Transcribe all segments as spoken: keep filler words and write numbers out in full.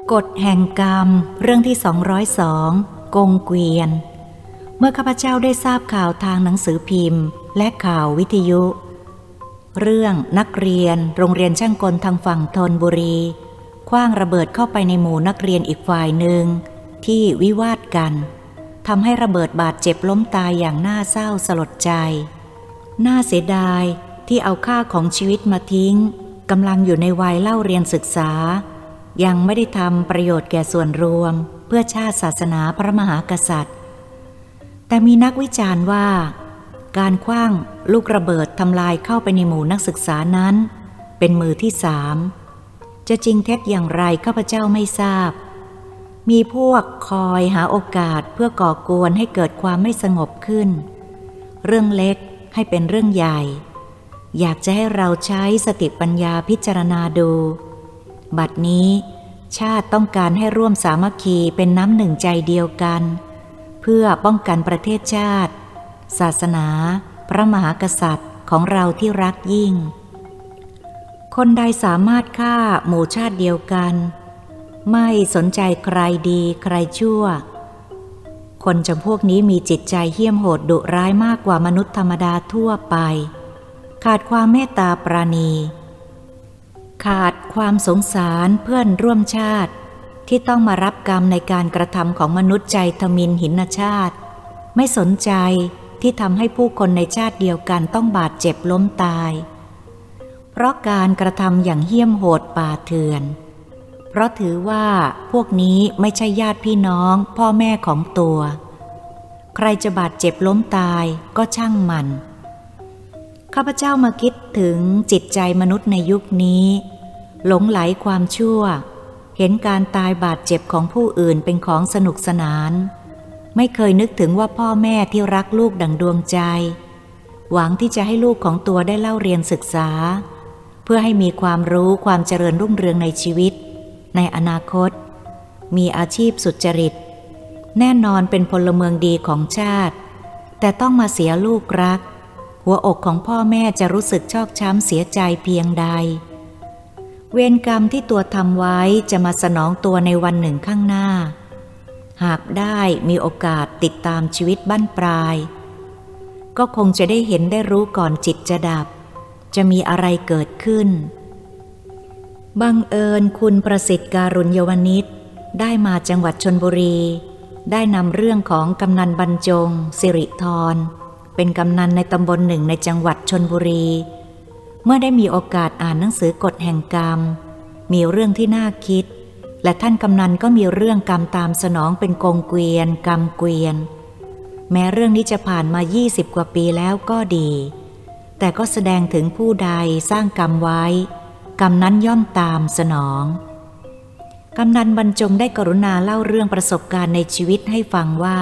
กฎแห่งกรรมเรื่องที่สองร้อยสองกงเกวียนเมื่อข้าพเจ้าได้ทราบข่าวทางหนังสือพิมพ์และข่าววิทยุเรื่องนักเรียนโรงเรียนช่างกลทางฝั่งธนบุรีขว้างระเบิดเข้าไปในหมู่นักเรียนอีกฝ่ายหนึ่งที่วิวาทกันทำให้ระเบิดบาดเจ็บล้มตายอย่างน่าเศร้าสลดใจน่าเสียดายที่เอาค่าของชีวิตมาทิ้งกำลังอยู่ในวัยเล่าเรียนศึกษายังไม่ได้ทำประโยชน์แก่ส่วนรวมเพื่อชาติศาสนาพระมหากษัตริย์แต่มีนักวิจารณ์ว่าการขว้างลูกระเบิดทำลายเข้าไปในหมู่นักศึกษานั้นเป็นมือที่สามจะจริงเท็จอย่างไรข้าพเจ้าไม่ทราบมีพวกคอยหาโอกาสเพื่อก่อกวนให้เกิดความไม่สงบขึ้นเรื่องเล็กให้เป็นเรื่องใหญ่อยากจะให้เราใช้สติปัญญาพิจารณาดูบัดนี้ชาติต้องการให้ร่วมสามัคคีเป็นน้ำหนึ่งใจเดียวกันเพื่อป้องกันประเทศชาติศาสนาพระมหากษัตริย์ของเราที่รักยิ่งคนใดสามารถฆ่าหมู่ชาติเดียวกันไม่สนใจใครดีใครชั่วคนจำพวกนี้มีจิตใจเหี้ยมโหดดุร้ายมากกว่ามนุษย์ธรรมดาทั่วไปขาดความเมตตาปราณีขาดความสงสารเพื่อนร่วมชาติที่ต้องมารับกรรมในการกระทำของมนุษย์ใจทมิฬหินชาติไม่สนใจที่ทำให้ผู้คนในชาติเดียวกันต้องบาดเจ็บล้มตายเพราะการกระทำอย่างเหี้ยมโหดป่าเถื่อนเพราะถือว่าพวกนี้ไม่ใช่ญาติพี่น้องพ่อแม่ของตัวใครจะบาดเจ็บล้มตายก็ช่างมันข้าพเจ้ามาคิดถึงจิตใจมนุษย์ในยุคนี้หลงไหลความชั่วเห็นการตายบาดเจ็บของผู้อื่นเป็นของสนุกสนานไม่เคยนึกถึงว่าพ่อแม่ที่รักลูกดั่งดวงใจหวังที่จะให้ลูกของตัวได้เล่าเรียนศึกษาเพื่อให้มีความรู้ความเจริญรุ่งเรืองในชีวิตในอนาคตมีอาชีพสุจริตแน่นอนเป็นพลเมืองดีของชาติแต่ต้องมาเสียลูกรักหัวอกของพ่อแม่จะรู้สึกชอกช้ำเสียใจเพียงใดเวรกรรมที่ตัวทำไว้จะมาสนองตัวในวันหนึ่งข้างหน้าหากได้มีโอกาสติดตามชีวิตบั้นปลายก็คงจะได้เห็นได้รู้ก่อนจิตจะดับจะมีอะไรเกิดขึ้นบังเอิญคุณประสิทธิ์การุญยวนิชได้มาจังหวัดชลบุรีได้นำเรื่องของกำนันบรรจงสิริธรเป็นกำนันในตำบลหนึ่งในจังหวัดชลบุรีเมื่อได้มีโอกาสอ่านหนังสือกฎแห่งกรรมมีเรื่องที่น่าคิดและท่านกำนันก็มีเรื่องกรรมตามสนองเป็นกงเกวียนกรรมเกวียนแม้เรื่องนี้จะผ่านมายี่สิบกว่าปีแล้วก็ดีแต่ก็แสดงถึงผู้ใดสร้างกรรมไว้กรรมนั้นย่อมตามสนองกำนันบรรจงได้กรุณาเล่าเรื่องประสบการณ์ในชีวิตให้ฟังว่า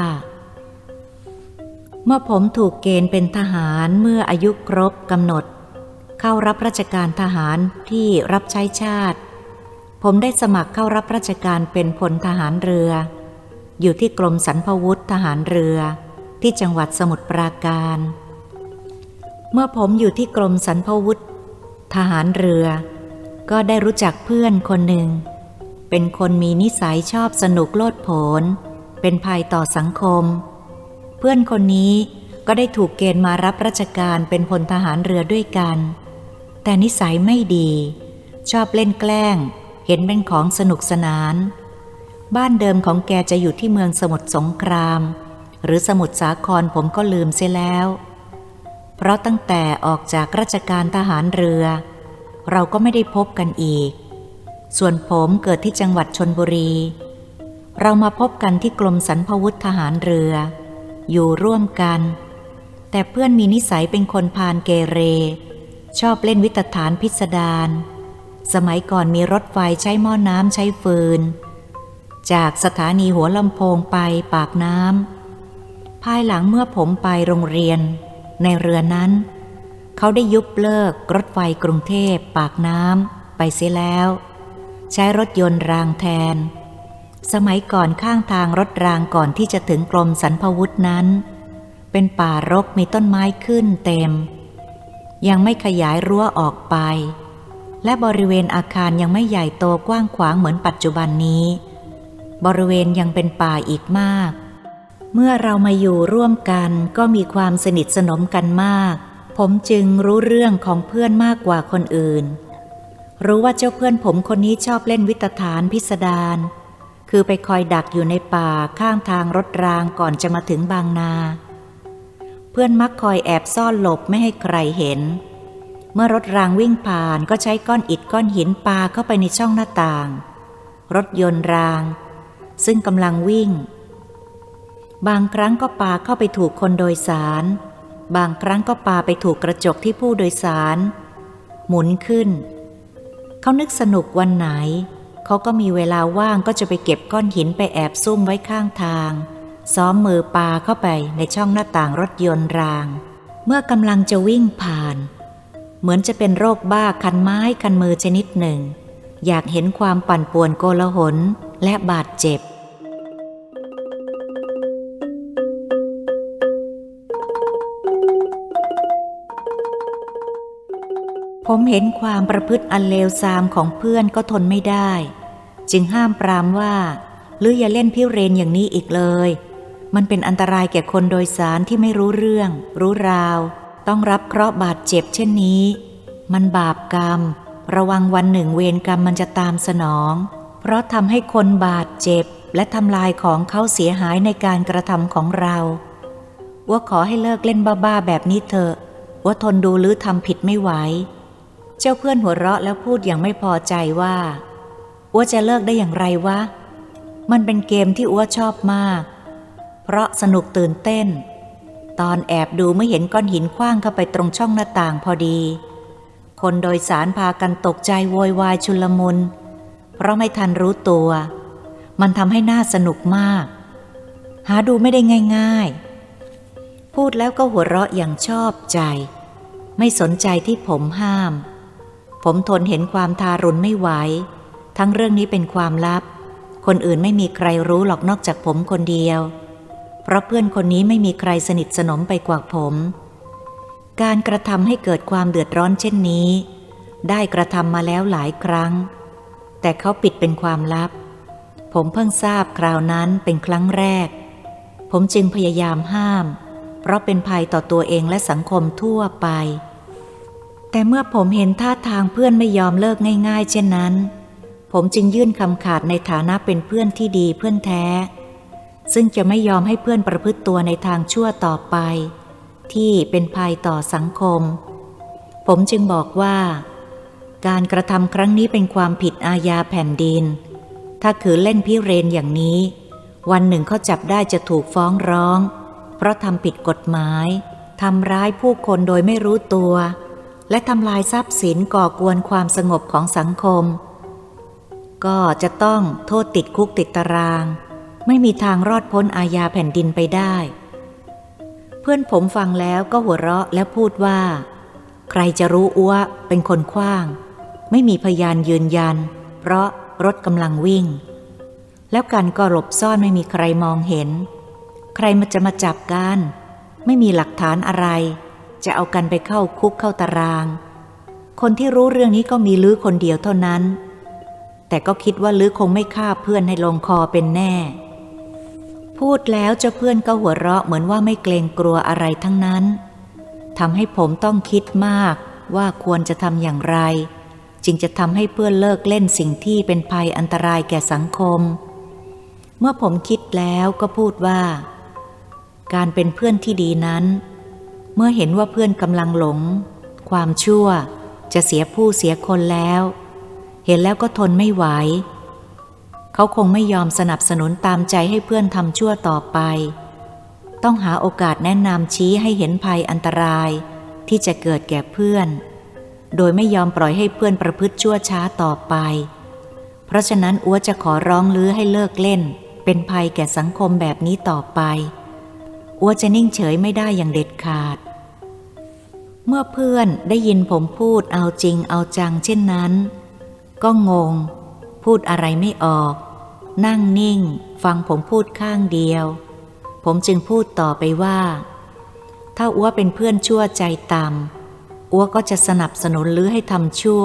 เมื่อผมถูกเกณฑ์เป็นทหารเมื่ออายุครบกำหนดเข้ารับราชการทหารที่รับใช้ชาติผมได้สมัครเข้ารับราชการเป็นพลทหารเรืออยู่ที่กรมสรรพาวุธทหารเรือที่จังหวัดสมุทรปราการเมื่อผมอยู่ที่กรมสรรพาวุธทหารเรือก็ได้รู้จักเพื่อนคนหนึ่งเป็นคนมีนิสัยชอบสนุกโลดโผนเป็นภัยต่อสังคมเพื่อนคนนี้ก็ได้ถูกเกณฑ์มารับราชการเป็นพลทหารเรือด้วยกันแต่นิสัยไม่ดีชอบเล่นแกล้งเห็นเป็นของสนุกสนานบ้านเดิมของแกจะอยู่ที่เมืองสมุทรสงครามหรือสมุทรสาครผมก็ลืมเสียแล้วเพราะตั้งแต่ออกจากราชการทหารเรือเราก็ไม่ได้พบกันอีกส่วนผมเกิดที่จังหวัดชลบุรีเรามาพบกันที่กรมสรรพาวุธทหารเรืออยู่ร่วมกันแต่เพื่อนมีนิสัยเป็นคนพาลเกเรชอบเล่นวิตฐานพิสดารสมัยก่อนมีรถไฟใช้หม้อน้ำใช้ฟืนจากสถานีหัวลำโพงไปปากน้ำภายหลังเมื่อผมไปโรงเรียนในเรือนั้นเขาได้ยุบเลิกรถไฟกรุงเทพปากน้ำไปเสียแล้วใช้รถยนต์รางแทนสมัยก่อนข้างทางรถรางก่อนที่จะถึงกรมสรรพาวุธนั้นเป็นป่ารกมีต้นไม้ขึ้นเต็มยังไม่ขยายรั้วออกไปและบริเวณอาคารยังไม่ใหญ่โตกว้างขวางเหมือนปัจจุบันนี้บริเวณยังเป็นป่าอีกมากเมื่อเรามาอยู่ร่วมกันก็มีความสนิทสนมกันมากผมจึงรู้เรื่องของเพื่อนมากกว่าคนอื่นรู้ว่าเจ้าเพื่อนผมคนนี้ชอบเล่นวิตฐานพิสดารคือไปคอยดักอยู่ในป่าข้างทางรถรางก่อนจะมาถึงบางนาเพื่อนมักคอยแอบซ่อนหลบไม่ให้ใครเห็นเมื่อรถรางวิ่งผ่านก็ใช้ก้อนอิฐก้อนหินปาเข้าไปในช่องหน้าต่างรถยนต์รางซึ่งกำลังวิ่งบางครั้งก็ปาเข้าไปถูกคนโดยสารบางครั้งก็ปาไปถูกกระจกที่ผู้โดยสารหมุนขึ้นเขานึกสนุกวันไหนเขาก็มีเวลาว่างก็จะไปเก็บก้อนหินไปแอบซุ่มไว้ข้างทางซ้อมมือปาเข้าไปในช่องหน้าต่างรถยนต์รางเมื่อกำลังจะวิ่งผ่านเหมือนจะเป็นโรคบ้าคันไม้คันมือชนิดหนึ่งอยากเห็นความปั่นป่วนโกลาหลและบาดเจ็บผมเห็นความประพฤติอันเลวทรามของเพื่อนก็ทนไม่ได้จึงห้ามปรามว่าหรืออย่าเล่นพิเรนอย่างนี้อีกเลยมันเป็นอันตรายแก่คนโดยสารที่ไม่รู้เรื่องรู้ราวต้องรับเคราะห์บาดเจ็บเช่นนี้มันบาปกรรมระวังวันหนึ่งเวรกรรมมันจะตามสนองเพราะทำให้คนบาดเจ็บและทำลายของเขาเสียหายในการกระทำของเราว่าขอให้เลิกเล่นบ้าๆแบบนี้เถอะว่าทนดูหรือทำผิดไม่ไหวเจ้าเพื่อนหัวเราะแล้วพูดอย่างไม่พอใจว่าอัวจะเลิกได้อย่างไรวะมันเป็นเกมที่อัวชอบมากเพราะสนุกตื่นเต้นตอนแอบดูไม่เห็นก้อนหินขว้างเข้าไปตรงช่องหน้าต่างพอดีคนโดยสารพากันตกใจโวยวายชุลมุนเพราะไม่ทันรู้ตัวมันทำให้น่าสนุกมากหาดูไม่ได้ง่ายๆพูดแล้วก็หัวเราะอย่างชอบใจไม่สนใจที่ผมห้ามผมทนเห็นความทารุณไม่ไหวทั้งเรื่องนี้เป็นความลับคนอื่นไม่มีใครรู้หรอกนอกจากผมคนเดียวเพราะเพื่อนคนนี้ไม่มีใครสนิทสนมไปกว่าผมการกระทำให้เกิดความเดือดร้อนเช่นนี้ได้กระทำมาแล้วหลายครั้งแต่เขาปิดเป็นความลับผมเพิ่งทราบคราวนั้นเป็นครั้งแรกผมจึงพยายามห้ามเพราะเป็นภัยต่อตัวเองและสังคมทั่วไปแต่เมื่อผมเห็นท่าทางเพื่อนไม่ยอมเลิกง่ายๆเช่นนั้นผมจึงยื่นคำขาดในฐานะเป็นเพื่อนที่ดีเพื่อนแท้ซึ่งจะไม่ยอมให้เพื่อนประพฤติตัวในทางชั่วต่อไปที่เป็นภัยต่อสังคมผมจึงบอกว่าการกระทำครั้งนี้เป็นความผิดอาญาแผ่นดินถ้าขืนเล่นพิเรนอย่างนี้วันหนึ่งเขาจับได้จะถูกฟ้องร้องเพราะทำผิดกฎหมายทำร้ายผู้คนโดยไม่รู้ตัวและทำลายทรัพย์สินก่อกวนความสงบของสังคมก็จะต้องโทษติดคุกติดตารางไม่มีทางรอดพ้นอาญาแผ่นดินไปได้เพื่อนผมฟังแล้วก็หัวเราะและพูดว่าใครจะรู้อัวเป็นคนขว้างไม่มีพยานยืนยันเพราะรถกำลังวิ่งแล้วกันก็หลบซ่อนไม่มีใครมองเห็นใครมันจะมาจับกันไม่มีหลักฐานอะไรจะเอากันไปเข้าคุกเข้าตารางคนที่รู้เรื่องนี้ก็มีลือคนเดียวเท่านั้นแต่ก็คิดว่าลือคงไม่ฆ่าเพื่อนให้ลงคอเป็นแน่พูดแล้วเจ้าเพื่อนก็หัวเราะเหมือนว่าไม่เกรงกลัวอะไรทั้งนั้นทำให้ผมต้องคิดมากว่าควรจะทำอย่างไรจึงจะทำให้เพื่อนเลิกเล่นสิ่งที่เป็นภัยอันตรายแก่สังคมเมื่อผมคิดแล้วก็พูดว่าการเป็นเพื่อนที่ดีนั้นเมื่อเห็นว่าเพื่อนกำลังหลงความชั่วจะเสียผู้เสียคนแล้วเห็นแล้วก็ทนไม่ไหวเขาคงไม่ยอมสนับสนุนตามใจให้เพื่อนทำชั่วต่อไปต้องหาโอกาสแนะนำชี้ให้เห็นภัยอันตรายที่จะเกิดแก่เพื่อนโดยไม่ยอมปล่อยให้เพื่อนประพฤติชั่วช้าต่อไปเพราะฉะนั้นอัวจะขอร้องลือให้เลิกเล่นเป็นภัยแก่สังคมแบบนี้ต่อไปอัวจะนิ่งเฉยไม่ได้อย่างเด็ดขาดเมื่อเพื่อนได้ยินผมพูดเอาจริงเอาจังเช่นนั้นก็งงพูดอะไรไม่ออกนั่งนิ่งฟังผมพูดข้างเดียวผมจึงพูดต่อไปว่าถ้าอัวเป็นเพื่อนชั่วใจต่ำอัวก็จะสนับสนุนหรือให้ทำชั่ว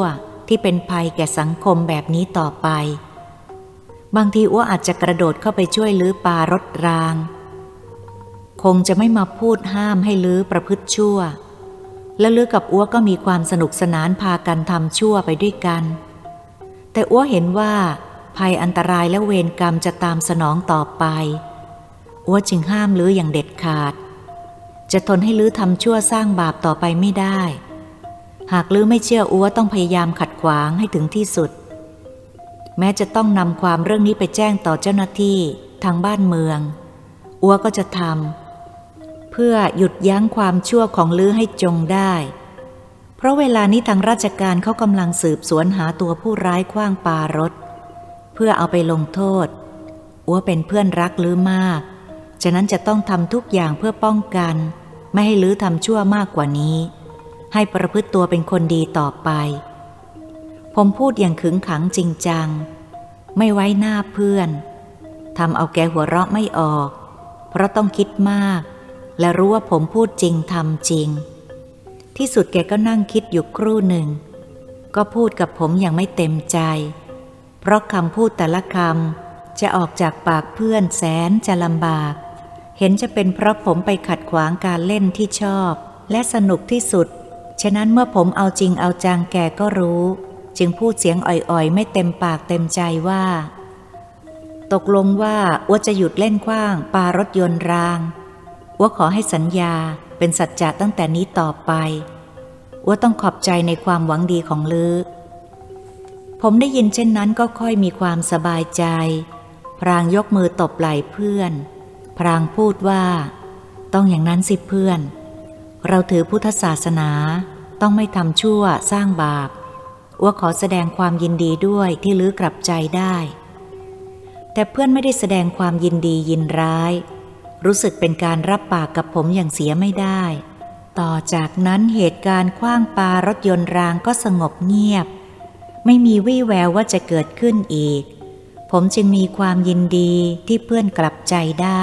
ที่เป็นภัยแก่สังคมแบบนี้ต่อไปบางทีอัวอาจจะกระโดดเข้าไปช่วยลื้อปลารถรางคงจะไม่มาพูดห้ามให้ลื้อประพฤติชั่วและลื้อกับอัวก็มีความสนุกสนานพากันทำชั่วไปด้วยกันแต่อัวเห็นว่าภัยอันตรายและเวรกรรมจะตามสนองต่อไปอัวจึงห้ามลื้ออย่างเด็ดขาดจะทนให้ลื้อทำชั่วสร้างบาปต่อไปไม่ได้หากลื้อไม่เชื่ออัวต้องพยายามขัดขวางให้ถึงที่สุดแม้จะต้องนำความเรื่องนี้ไปแจ้งต่อเจ้าหน้าที่ทางบ้านเมืองอัวก็จะทำเพื่อหยุดยั้งความชั่วของลื้อให้จงได้เพราะเวลานี้ทางราชการเขากำลังสืบสวนหาตัวผู้ร้ายขว้างปารถเพื่อเอาไปลงโทษอัวเป็นเพื่อนรักลื้อมากฉะนั้นจะต้องทำทุกอย่างเพื่อป้องกันไม่ให้ลื้อทำชั่วมากกว่านี้ให้ประพฤติตัวเป็นคนดีต่อไปผมพูดอย่างขึงขังจริงจังไม่ไว้หน้าเพื่อนทำเอาแกหัวเราะไม่ออกเพราะต้องคิดมากและรู้ว่าผมพูดจริงทำจริงที่สุดแกก็นั่งคิดอยู่ครู่หนึ่งก็พูดกับผมอย่างไม่เต็มใจเพราะคำพูดแต่ละคำจะออกจากปากเพื่อนแสนจะลำบากเห็นจะเป็นเพราะผมไปขัดขวางการเล่นที่ชอบและสนุกที่สุดฉะนั้นเมื่อผมเอาจริงเอาจังแกก็รู้จึงพูดเสียงอ่อยๆไม่เต็มปากเต็มใจว่าตกลงว่าอัวจะหยุดเล่นขว้างปารถยนต์รางอัวขอให้สัญญาเป็นสัจจะตั้งแต่นี้ต่อไปอัวต้องขอบใจในความหวังดีของลือผมได้ยินเช่นนั้นก็ค่อยมีความสบายใจพรางยกมือตบไหล่เพื่อนพรางพูดว่าต้องอย่างนั้นสิเพื่อนเราถือพุทธศาสนาต้องไม่ทำชั่วสร้างบาปอัวขอแสดงความยินดีด้วยที่ลื้อกลับใจได้แต่เพื่อนไม่ได้แสดงความยินดียินร้ายรู้สึกเป็นการรับปากกับผมอย่างเสียไม่ได้ต่อจากนั้นเหตุการณ์ขว้างปารถยนต์รางก็สงบเงียบไม่มีวี่แววว่าจะเกิดขึ้นอีกผมจึงมีความยินดีที่เพื่อนกลับใจได้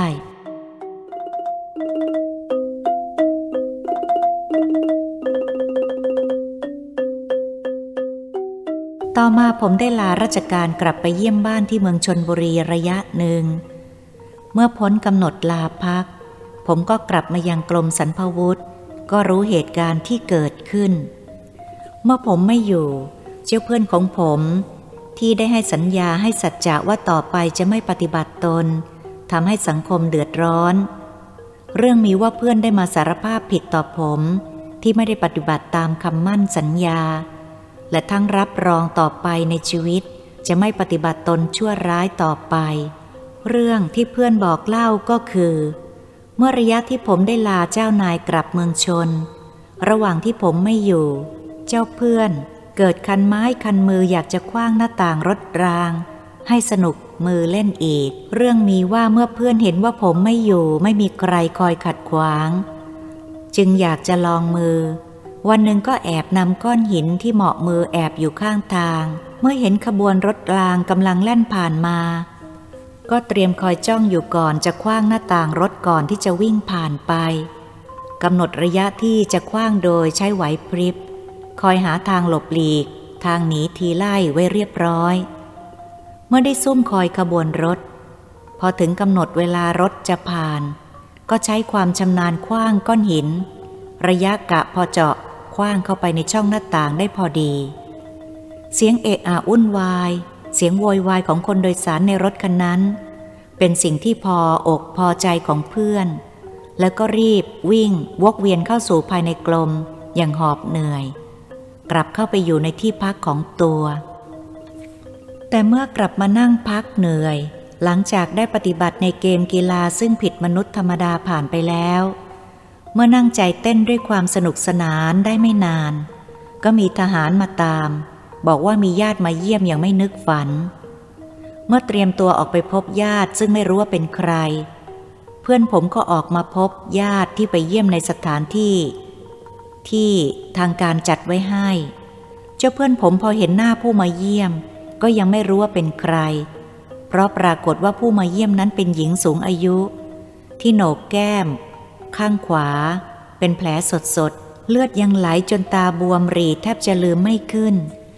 ต่อมาผมได้ลาราชการกลับไปเยี่ยมบ้านที่เมืองชลบุรีระยะหนึ่งเมื่อพ้นกำหนดลาพักผมก็กลับมายังกรมสรรพาวุธก็รู้เหตุการณ์ที่เกิดขึ้นเมื่อผมไม่อยู่เจ้าเพื่อนของผมที่ได้ให้สัญญาให้สัจจะว่าต่อไปจะไม่ปฏิบัติตนทำให้สังคมเดือดร้อนเรื่องมีว่าเพื่อนได้มาสารภาพผิดต่อผมที่ไม่ได้ปฏิบัติตามคำมั่นสัญญาและทั้งรับรองต่อไปในชีวิตจะไม่ปฏิบัติตนชั่วร้ายต่อไปเรื่องที่เพื่อนบอกเล่าก็คือเมื่อระยะที่ผมได้ลาเจ้านายกลับเมืองชนระหว่างที่ผมไม่อยู่เจ้าเพื่อนเกิดคันไม้คันมืออยากจะขว้างหน้าต่างรถรางให้สนุกมือเล่นอีกเรื่องมีว่าเมื่อเพื่อนเห็นว่าผมไม่อยู่ไม่มีใครคอยขัดขวางจึงอยากจะลองมือวันหนึ่งก็แอบนำก้อนหินที่เหมาะมือแอบอยู่ข้างทางเมื่อเห็นขบวนรถรางกำลังแล่นผ่านมาก็เตรียมคอยจ้องอยู่ก่อนจะขว้างหน้าต่างรถก่อนที่จะวิ่งผ่านไปกำหนดระยะที่จะขว้างโดยใช้ไหวพริบคอยหาทางหลบหลีกทางหนีทีไล่ไว้เรียบร้อยเมื่อได้ซุ่มคอยขบวนรถพอถึงกำหนดเวลารถจะผ่านก็ใช้ความชำนาญขว้างก้อนหินระยะกะพอเจาะขว้างเข้าไปในช่องหน้าต่างได้พอดีเสียงเอะอะวุ่นวายเสียงโวยวายของคนโดยสารในรถคันนั้นเป็นสิ่งที่พออกพอใจของเพื่อนแล้วก็รีบวิ่งวกเวียนเข้าสู่ภายในกลมอย่างหอบเหนื่อยกลับเข้าไปอยู่ในที่พักของตัวแต่เมื่อกลับมานั่งพักเหนื่อยหลังจากได้ปฏิบัติในเกมกีฬาซึ่งผิดมนุษย์ธรรมดาผ่านไปแล้วเมื่อนั่งใจเต้นด้วยความสนุกสนานได้ไม่นานก็มีทหารมาตามบอกว่ามีญาติมาเยี่ยมอย่างไม่นึกฝันเมื่อเตรียมตัวออกไปพบญาติซึ่งไม่รู้ว่าเป็นใครเพื่อนผมก็ออกมาพบญาติที่ไปเยี่ยมในสถานที่ที่ทางการจัดไว้ให้เจ้าเพื่อนผมพอเห็นหน้าผู้มาเยี่ยมก็ยังไม่รู้ว่าเป็นใครเพราะปรากฏว่าผู้มาเยี่ยมนั้นเป็นหญิงสูงอายุที่โหนกแก้มข้างขวาเป็นแผลสดๆเลือดยังไหลจนตาบวมรีแทบจะลืมไม่ขึ้นอ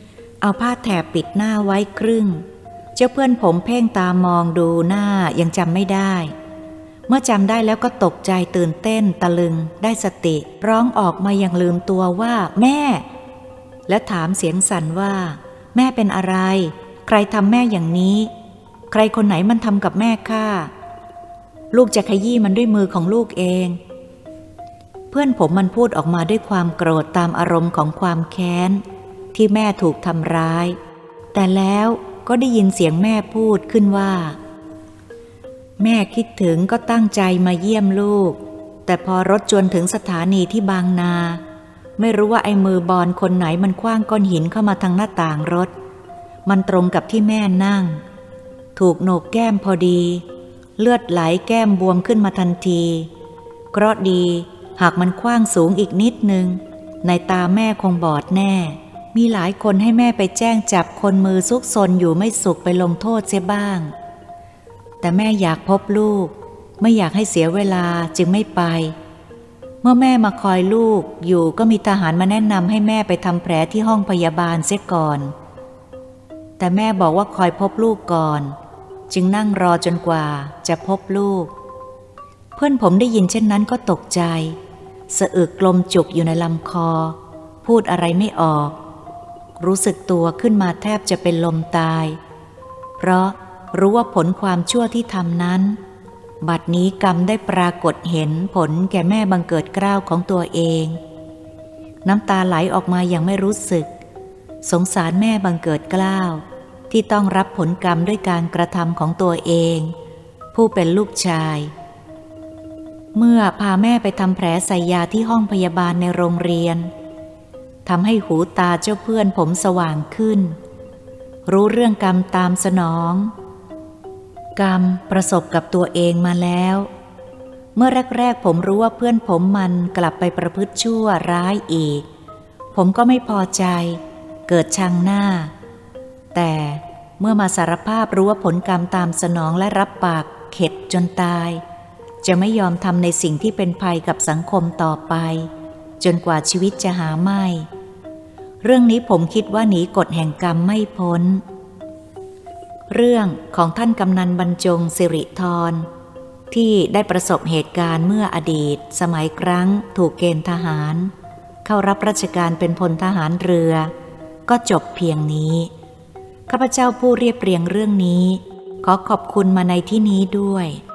เอาผ้าแถบปิดหน้าไว้ครึ่งเจ้าเพื่อนผมเพ่งตามองดูหน้ายังจำไม่ได้เมื่อจำได้แล้วก็ตกใจตื่นเต้นตะลึงได้สติร้องออกมาอย่างลืมตัวว่าแม่และถามเสียงสั่นว่าแม่เป็นอะไรใครทำแม่อย่างนี้ใครคนไหนมันทำกับแม่ข้าลูกจะขยี้มันด้วยมือของลูกเองเพื่อนผมมันพูดออกมาด้วยความโกรธตามอารมณ์ของความแค้นที่แม่ถูกทำร้ายแต่แล้วก็ได้ยินเสียงแม่พูดขึ้นว่าแม่คิดถึงก็ตั้งใจมาเยี่ยมลูกแต่พอรถจวนถึงสถานีที่บางนาไม่รู้ว่าไอ้มือบอลคนไหนมันคว้างก้อนหินเข้ามาทางหน้าต่างรถมันตรงกับที่แม่นั่งถูกโหนกแก้มพอดีเลือดไหลแก้มบวมขึ้นมาทันทีเคราะห์ดีหากมันคว้างสูงอีกนิดนึงในตาแม่คงบอดแน่มีหลายคนให้แม่ไปแจ้งจับคนมือซุกซนอยู่ไม่สุขไปลงโทษเสียบ้างแต่แม่อยากพบลูกไม่อยากให้เสียเวลาจึงไม่ไปเมื่อแม่มาคอยลูกอยู่ก็มีทหารมาแนะนำให้แม่ไปทำแผลที่ห้องพยาบาลเสียก่อนแต่แม่บอกว่าคอยพบลูกก่อนจึงนั่งรอจนกว่าจะพบลูกเพื่อนผมได้ยินเช่นนั้นก็ตกใจสะอึกลมจุกอยู่ในลำคอพูดอะไรไม่ออกรู้สึกตัวขึ้นมาแทบจะเป็นลมตายเพราะรู้ว่าผลความชั่วที่ทำนั้นบัดนี้กรรมได้ปรากฏเห็นผลแก่แม่บังเกิดเกล้าของตัวเองน้ำตาไหลออกมาอย่างไม่รู้สึกสงสารแม่บังเกิดเกล้าที่ต้องรับผลกรรมด้วยการกระทำของตัวเองผู้เป็นลูกชายเมื่อพาแม่ไปทำแผลใส่ยาที่ห้องพยาบาลในโรงเรียนทำให้หูตาเจ้าเพื่อนผมสว่างขึ้นรู้เรื่องกรรมตามสนองกรรมประสบกับตัวเองมาแล้วเมื่อแรกๆผมรู้ว่าเพื่อนผมมันกลับไปประพฤติชั่วร้ายอีกผมก็ไม่พอใจเกิดชังหน้าแต่เมื่อมาสารภาพรู้ว่าผลกรรมตามสนองและรับปากเข็ดจนตายจะไม่ยอมทำในสิ่งที่เป็นภัยกับสังคมต่อไปจนกว่าชีวิตจะหาไม่เรื่องนี้ผมคิดว่าหนีกฎแห่งกรรมไม่พ้นเรื่องของท่านกำนันบรรจงสิริธรที่ได้ประสบเหตุการณ์เมื่ออดีตสมัยครั้งถูกเกณฑ์ทหารเข้ารับราชการเป็นพลทหารเรือก็จบเพียงนี้ข้าพเจ้าผู้เรียบเรียงเรื่องนี้ขอขอบคุณมาในที่นี้ด้วย